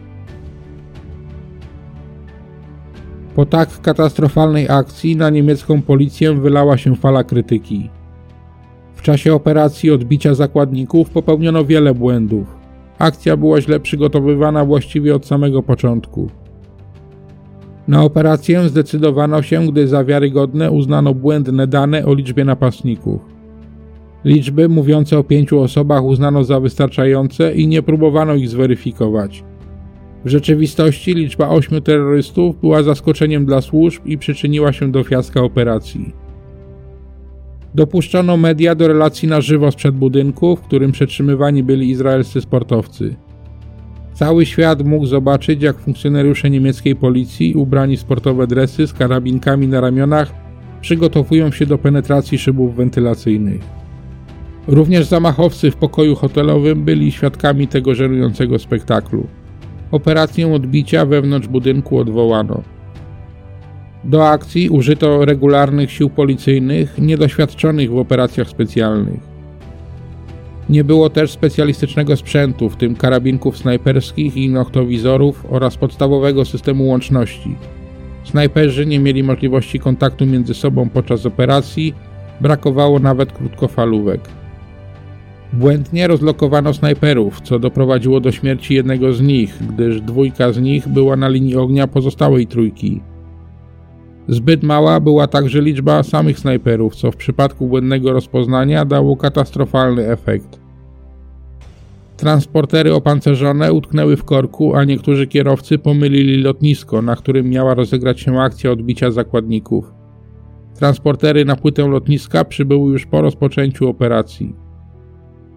Po tak katastrofalnej akcji na niemiecką policję wylała się fala krytyki. W czasie operacji odbicia zakładników popełniono wiele błędów. Akcja była źle przygotowywana właściwie od samego początku. Na operację zdecydowano się, gdy za wiarygodne uznano błędne dane o liczbie napastników. Liczby mówiące o 5 osobach uznano za wystarczające i nie próbowano ich zweryfikować. W rzeczywistości liczba 8 terrorystów była zaskoczeniem dla służb i przyczyniła się do fiaska operacji. Dopuszczono media do relacji na żywo sprzed budynku, w którym przetrzymywani byli izraelscy sportowcy. Cały świat mógł zobaczyć, jak funkcjonariusze niemieckiej policji, ubrani w sportowe dresy z karabinkami na ramionach, przygotowują się do penetracji szybów wentylacyjnych. Również zamachowcy w pokoju hotelowym byli świadkami tego żenującego spektaklu. Operację odbicia wewnątrz budynku odwołano. Do akcji użyto regularnych sił policyjnych, niedoświadczonych w operacjach specjalnych. Nie było też specjalistycznego sprzętu, w tym karabinków snajperskich i noktowizorów oraz podstawowego systemu łączności. Snajperzy nie mieli możliwości kontaktu między sobą podczas operacji, brakowało nawet krótkofalówek. Błędnie rozlokowano snajperów, co doprowadziło do śmierci jednego z nich, gdyż 2 z nich była na linii ognia pozostałej 3. Zbyt mała była także liczba samych snajperów, co w przypadku błędnego rozpoznania dało katastrofalny efekt. Transportery opancerzone utknęły w korku, a niektórzy kierowcy pomylili lotnisko, na którym miała rozegrać się akcja odbicia zakładników. Transportery na płytę lotniska przybyły już po rozpoczęciu operacji.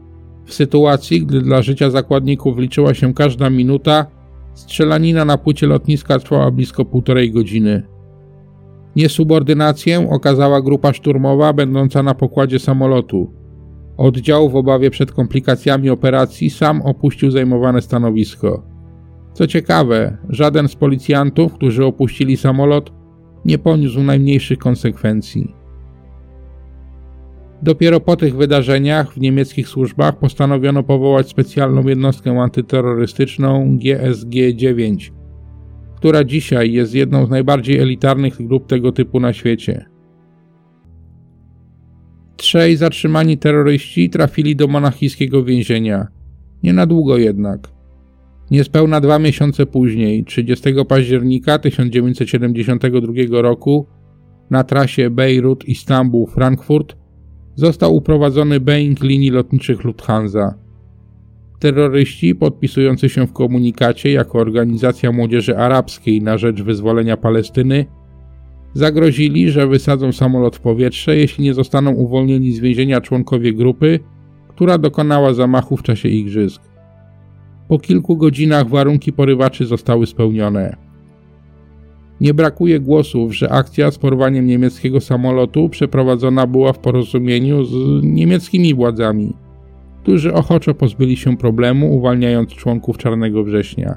W sytuacji, gdy dla życia zakładników liczyła się każda minuta, strzelanina na płycie lotniska trwała blisko 1,5 godziny. Niesubordynację okazała grupa szturmowa będąca na pokładzie samolotu. Oddział w obawie przed komplikacjami operacji sam opuścił zajmowane stanowisko. Co ciekawe, żaden z policjantów, którzy opuścili samolot, nie poniósł najmniejszych konsekwencji. Dopiero po tych wydarzeniach w niemieckich służbach postanowiono powołać specjalną jednostkę antyterrorystyczną GSG-9, która dzisiaj jest jedną z najbardziej elitarnych grup tego typu na świecie. 3 zatrzymani terroryści trafili do monachijskiego więzienia. Nie na długo jednak. Niespełna 2 miesiące później, 30 października 1972 roku, na trasie Bejrut-Istanbul-Frankfurt został uprowadzony Boeing linii lotniczych Lufthansa. Terroryści, podpisujący się w komunikacie jako Organizacja Młodzieży Arabskiej na rzecz wyzwolenia Palestyny, zagrozili, że wysadzą samolot w powietrze, jeśli nie zostaną uwolnieni z więzienia członkowie grupy, która dokonała zamachu w czasie igrzysk. Po kilku godzinach warunki porywaczy zostały spełnione. Nie brakuje głosów, że akcja z porwaniem niemieckiego samolotu przeprowadzona była w porozumieniu z niemieckimi władzami, którzy ochoczo pozbyli się problemu, uwalniając członków Czarnego Września.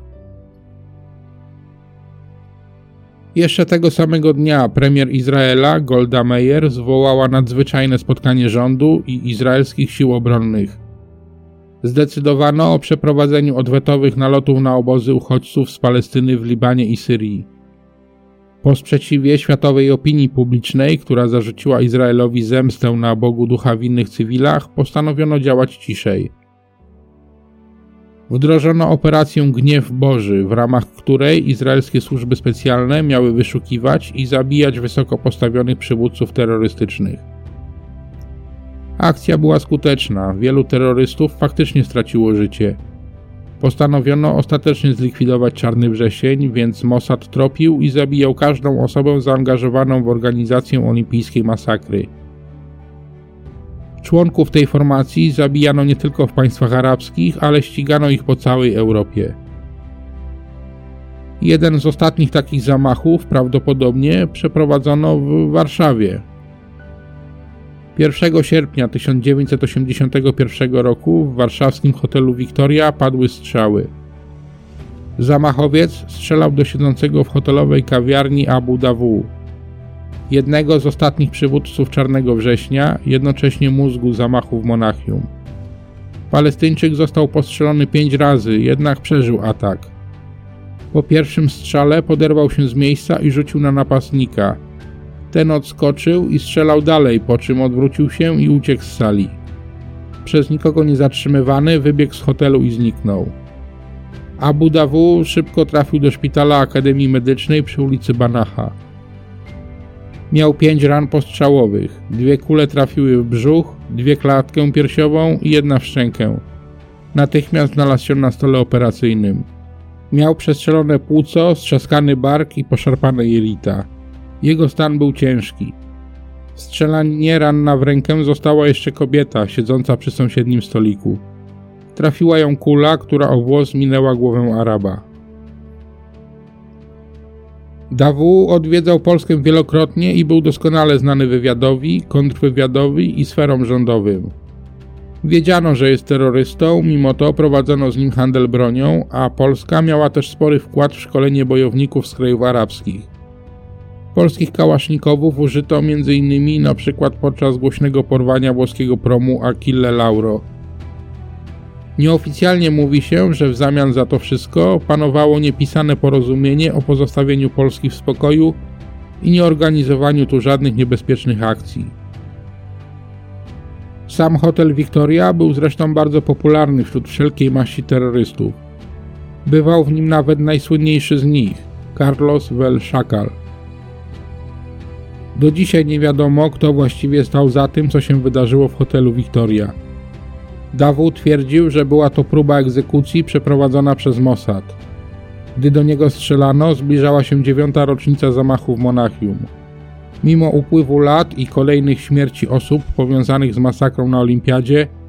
Jeszcze tego samego dnia premier Izraela Golda Meir zwołała nadzwyczajne spotkanie rządu i izraelskich sił obronnych. Zdecydowano o przeprowadzeniu odwetowych nalotów na obozy uchodźców z Palestyny w Libanie i Syrii. Po sprzeciwie światowej opinii publicznej, która zarzuciła Izraelowi zemstę na Bogu ducha w innych cywilach, postanowiono działać ciszej. Wdrożono operację Gniew Boży, w ramach której izraelskie służby specjalne miały wyszukiwać i zabijać wysoko postawionych przywódców terrorystycznych. Akcja była skuteczna, wielu terrorystów faktycznie straciło życie. Postanowiono ostatecznie zlikwidować Czarny Wrzesień, więc Mossad tropił i zabijał każdą osobę zaangażowaną w organizację olimpijskiej masakry. Członków tej formacji zabijano nie tylko w państwach arabskich, ale ścigano ich po całej Europie. Jeden z ostatnich takich zamachów prawdopodobnie przeprowadzono w Warszawie. 1 sierpnia 1981 roku w warszawskim hotelu Victoria padły strzały. Zamachowiec strzelał do siedzącego w hotelowej kawiarni Abu Dawu, jednego z ostatnich przywódców Czarnego Września, jednocześnie mózgu zamachu w Monachium. Palestyńczyk został postrzelony 5 razy, jednak przeżył atak. Po pierwszym strzale poderwał się z miejsca i rzucił na napastnika. Ten odskoczył i strzelał dalej, po czym odwrócił się i uciekł z sali. Przez nikogo nie zatrzymywany wybiegł z hotelu i zniknął. Abu Dawu szybko trafił do szpitala Akademii Medycznej przy ulicy Banaha. Miał 5 ran postrzałowych, 2 kule trafiły w brzuch, 2 klatkę piersiową i 1 w szczękę. Natychmiast znalazł się na stole operacyjnym. Miał przestrzelone płuco, strzaskany bark i poszarpane jelita. Jego stan był ciężki. W strzelaninie ranna w rękę została jeszcze kobieta, siedząca przy sąsiednim stoliku. Trafiła ją kula, która o włos minęła głowę Araba. Dawu odwiedzał Polskę wielokrotnie i był doskonale znany wywiadowi, kontrwywiadowi i sferom rządowym. Wiedziano, że jest terrorystą, mimo to prowadzono z nim handel bronią, a Polska miała też spory wkład w szkolenie bojowników z krajów arabskich. Polskich kałasznikowów użyto m.in. na przykład podczas głośnego porwania włoskiego promu Achille Lauro. Nieoficjalnie mówi się, że w zamian za to wszystko panowało niepisane porozumienie o pozostawieniu Polski w spokoju i nieorganizowaniu tu żadnych niebezpiecznych akcji. Sam hotel Victoria był zresztą bardzo popularny wśród wszelkiej maści terrorystów. Bywał w nim nawet najsłynniejszy z nich, Carlos Vel-Chacal. Do dzisiaj nie wiadomo, kto właściwie stał za tym, co się wydarzyło w hotelu Victoria. Dawu twierdził, że była to próba egzekucji przeprowadzona przez Mossad. Gdy do niego strzelano, zbliżała się 9. rocznica zamachu w Monachium. Mimo upływu lat i kolejnych śmierci osób powiązanych z masakrą na Olimpiadzie,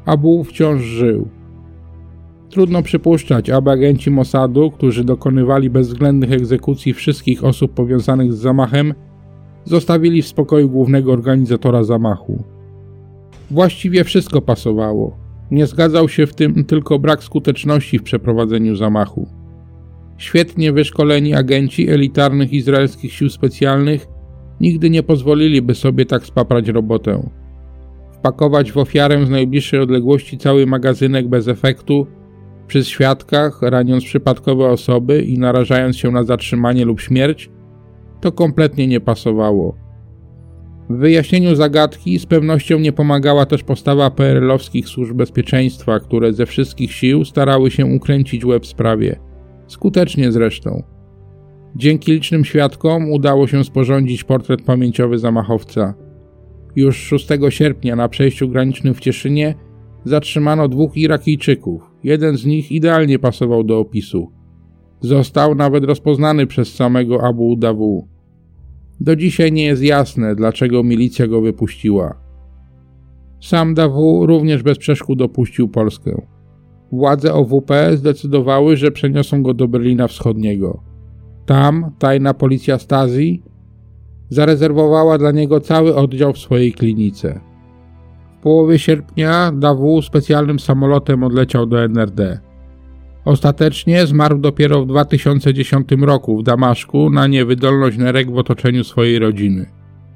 Abu wciąż żył. Trudno przypuszczać, aby agenci Mossadu, którzy dokonywali bezwzględnych egzekucji wszystkich osób powiązanych z zamachem, zostawili w spokoju głównego organizatora zamachu. Właściwie wszystko pasowało. Nie zgadzał się w tym tylko brak skuteczności w przeprowadzeniu zamachu. Świetnie wyszkoleni agenci elitarnych izraelskich sił specjalnych nigdy nie pozwoliliby sobie tak spaprać robotę. Wpakować w ofiarę z najbliższej odległości cały magazynek bez efektu, przy świadkach, raniąc przypadkowe osoby i narażając się na zatrzymanie lub śmierć, to kompletnie nie pasowało. W wyjaśnieniu zagadki z pewnością nie pomagała też postawa PRL-owskich służb bezpieczeństwa, które ze wszystkich sił starały się ukręcić łeb sprawie. Skutecznie zresztą. Dzięki licznym świadkom udało się sporządzić portret pamięciowy zamachowca. Już 6 sierpnia na przejściu granicznym w Cieszynie zatrzymano 2 Irakijczyków. Jeden z nich idealnie pasował do opisu. Został nawet rozpoznany przez samego Abu Dawu. Do dzisiaj nie jest jasne, dlaczego milicja go wypuściła. Sam Dawu również bez przeszkód opuścił Polskę. Władze OWP zdecydowały, że przeniosą go do Berlina Wschodniego. Tam tajna policja Stasi zarezerwowała dla niego cały oddział w swojej klinice. W połowie sierpnia Dawu specjalnym samolotem odleciał do NRD. Ostatecznie zmarł dopiero w 2010 roku w Damaszku na niewydolność nerek w otoczeniu swojej rodziny.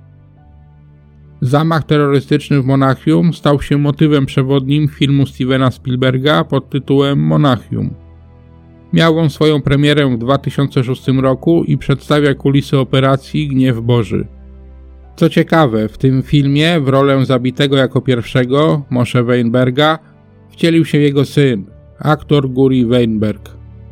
Zamach terrorystyczny w Monachium stał się motywem przewodnim filmu Stevena Spielberga pod tytułem Monachium. Miał on swoją premierę w 2006 roku i przedstawia kulisy operacji Gniew Boży. Co ciekawe, w tym filmie w rolę zabitego jako pierwszego, Moshe Weinberga, wcielił się jego syn, aktor Guri Weinberg.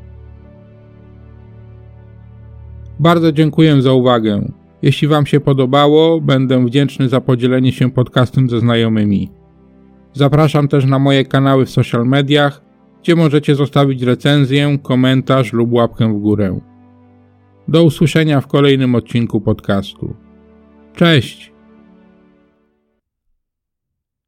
Bardzo dziękuję za uwagę. Jeśli Wam się podobało, będę wdzięczny za podzielenie się podcastem ze znajomymi. Zapraszam też na moje kanały w social mediach, gdzie możecie zostawić recenzję, komentarz lub łapkę w górę. Do usłyszenia w kolejnym odcinku podcastu. Cześć!